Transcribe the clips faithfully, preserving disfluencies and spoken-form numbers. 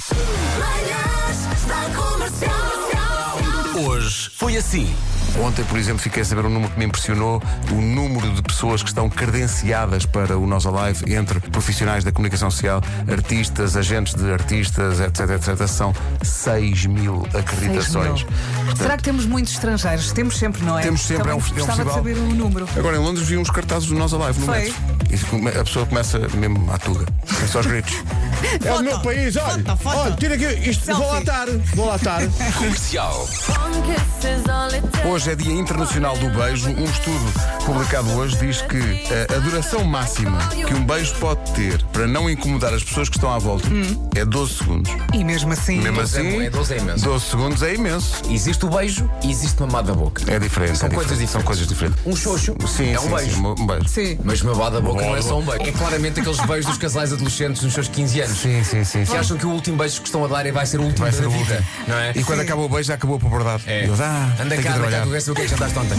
Hoje foi assim. Ontem, por exemplo, fiquei a saber um número que me impressionou. O número de pessoas que estão credenciadas para o Nós Alive, entre profissionais da comunicação social, artistas, agentes de artistas, etc, etc, são seis mil acreditações. seis mil. Portanto, Será que temos muitos estrangeiros? Temos sempre, não é? Temos sempre, Também é um- é um gostava de festival. saber o número. agora em Londres vi uns cartazes do Nós Alive no Foi? metro. E fico- a pessoa começa mesmo à tuga. É só os gritos. É o meu país, olha, Foto, foto. olha, tira aqui isto, vou lá Selfie. estar, vou lá estar. Comercial. Hoje é Dia Internacional do Beijo. Um estudo publicado hoje diz que a, a duração máxima que um beijo pode ter para não incomodar as pessoas que estão à volta é doze segundos. E mesmo assim. Mesmo doze é assim, bom, é doze é imenso. doze segundos é imenso. Existe o beijo e existe o mamado da boca. É diferente. São é coisas diferente. São diferentes. coisas diferentes. Um xoxo Sim, é um sim, beijo. sim, um beijo. Sim. Mas o mamado da boca Bom, não é só um bom. beijo. É claramente aqueles beijos dos casais adolescentes nos seus quinze anos. Sim, sim, sim. Que sim. acham que o último beijo que estão a dar vai ser o último Vai ser da o vida. último. Não é? E quando acaba o beijo, já acabou por verdade. É. E eu, ah, Anda tenho que cá, anda cá, trabalhar. tu queres saber o que é que jantaste ontem?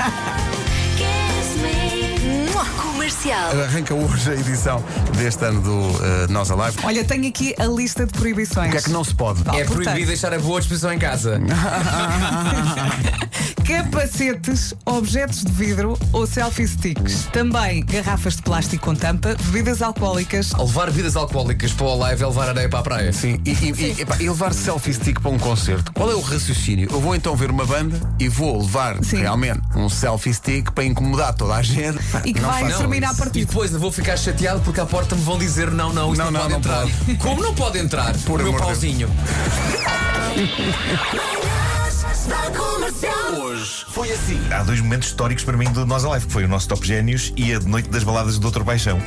Comercial. Arranca hoje a edição deste ano do uh, Nós Alive. Olha, tenho aqui a lista de proibições. O que é que não se pode? Ah, É portanto. proibido deixar a boa disposição em casa. Capacetes, objetos de vidro ou selfie sticks. Também garrafas de plástico com tampa, bebidas alcoólicas. Levar bebidas alcoólicas para o live é levar areia para a praia. Sim, e, e, e, epá, e levar selfie stick para um concerto. Qual é o raciocínio? Eu vou então ver uma banda e vou levar Sim. realmente um selfie stick para incomodar toda a gente. E que Não vai façam terminar a isso. partida. E depois eu vou ficar chateado porque à porta me vão dizer não, não, isto Não, não, não, pode não entrar. Como não pode entrar? Por o meu amor de pauzinho. Hoje foi assim. Há dois momentos históricos para mim do Nós Alive, que foi o nosso Top Génios e a de Noite das Baladas do doutor Paixão.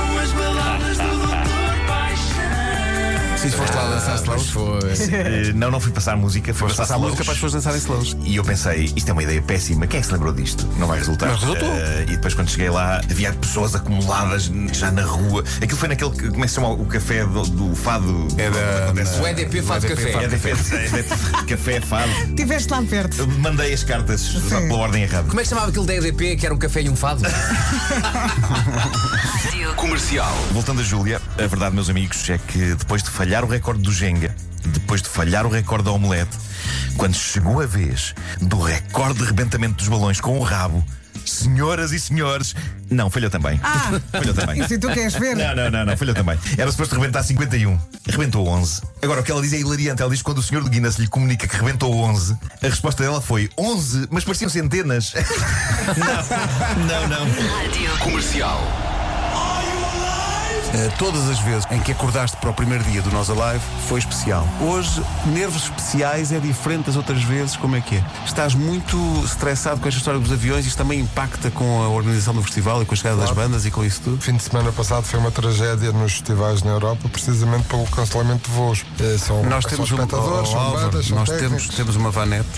Se foste lá dançar slows, Eh, não, não fui passar música, fui passar, passar a música slows. para as pessoas dançarem slows. E eu pensei, isto é uma ideia péssima, quem é que se lembrou disto? Não vai resultar. Mas resultou. Eh, e depois quando cheguei lá, havia pessoas acumuladas já na rua. Aquilo foi naquele, como é que se chama o café do, do Fado? É da- O E D P faz O E D P café. faz É de, é de café Fado. Estiveste lá perto. Eu mandei as cartas só pela ordem errada. Como é que chamava aquele da E D P que era um café e um fado? Comercial. Voltando a Júlia, a verdade, meus amigos, é que depois de falhar o recorde do Jenga, depois de falhar o recorde da omelete, quando chegou a vez do recorde de rebentamento dos balões com o rabo, senhoras e senhores, não, falhou também. Ah, Falhou também. e se tu queres ver? Não, não, não, não, falhou também. Era suposto rebentar cinquenta e um. Rebentou onze. Agora, o que ela diz é hilariante. Ela diz que quando o senhor de Guinness lhe comunica que rebentou onze, a resposta dela foi onze, mas pareciam centenas. Não, não, não. Comercial. Uh, todas as vezes em que acordaste para o primeiro dia do Nós Alive foi especial. Hoje, nervos especiais é diferente das outras vezes. Como é que é? Estás muito estressado com esta história dos aviões. Isto também impacta com a organização do festival e com a chegada das bandas e com isso tudo. O fim de semana passado foi uma tragédia nos festivais na Europa, precisamente pelo cancelamento de voos. Eh, São, Nós são temos, um, espectadores, oh, são Álvaro, bandas, são nós técnicos. temos, temos uma vanete.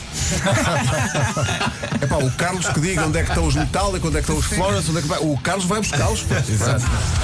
Epá, o Carlos que diga onde é que estão os Metallica, onde é que estão os Florence, onde é que vai. O Carlos vai buscá-los. Exato.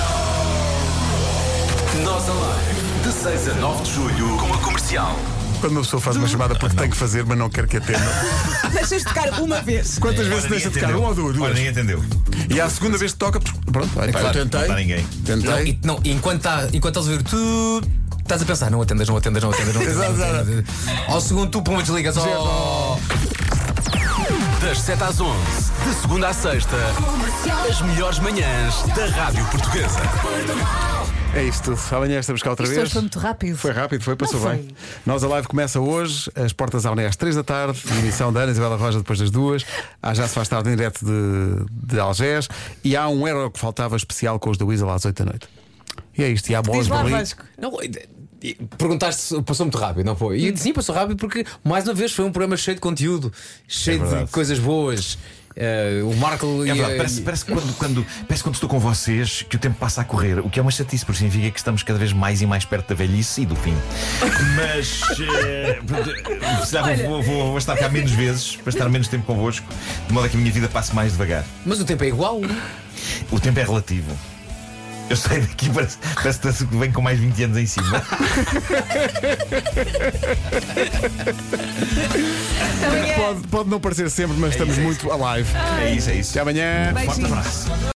Nós Alive. De seis a nove de julho com a Comercial. Quando uma pessoa faz uma chamada porque tem que fazer, mas não quer que atenda. Deixas de tocar uma vez. Quantas vezes Ora, deixa ninguém de tocar? entendeu. Uma ou duas? Ora, duas. ninguém entendeu. E à segunda vez que toca, pronto, olha, pá, claro, eu tentei. não está ninguém. Tentei. Não, e, não, e enquanto, tá, enquanto estás a ver, tu estás a pensar, não atendas, não atendas, não atendas, não atendas. Exato, não exato. atendas. Ao segundo, tu pum, desligas. Oh. Das sete às onze. De segunda à sexta. As melhores manhãs da Rádio Portuguesa. É isto tudo. Amanhã estamos cá outra Isto vez. hoje foi muito rápido. Foi rápido, foi, passou Não foi. bem. Nós a live começa hoje, as portas abrem às três da tarde, emissão da Ana Isabela Roja depois das duas. Há Já Se Faz Tarde em direto de, de Algés. E há um Era o que Faltava especial com os da Weasel às oito da noite. E é isto, e há boas Diz lá, Berlim. Vasco. Não, e- e- perguntaste se passou muito rápido, não foi? E sim, passou rápido porque, mais uma vez, foi um programa cheio de conteúdo, cheio de verdade. coisas boas. Eh, o Marco É e verdade, a- parece, parece, que quando, quando, parece que quando estou com vocês que o tempo passa a correr, o que é uma chatice, porque significa que estamos cada vez mais e mais perto da velhice e do fim. Mas eh, pronto, se calhar vou, vou, vou estar cá menos vezes para estar menos tempo convosco, de modo a que a minha vida passe mais devagar. Mas o tempo é igual. O tempo é relativo. Eu saio daqui, parece, parece que vem com mais vinte anos em cima. Pode, pode não parecer sempre, mas estamos muito alive. É isso, é isso. Até amanhã. Forte Beijinhos. abraço.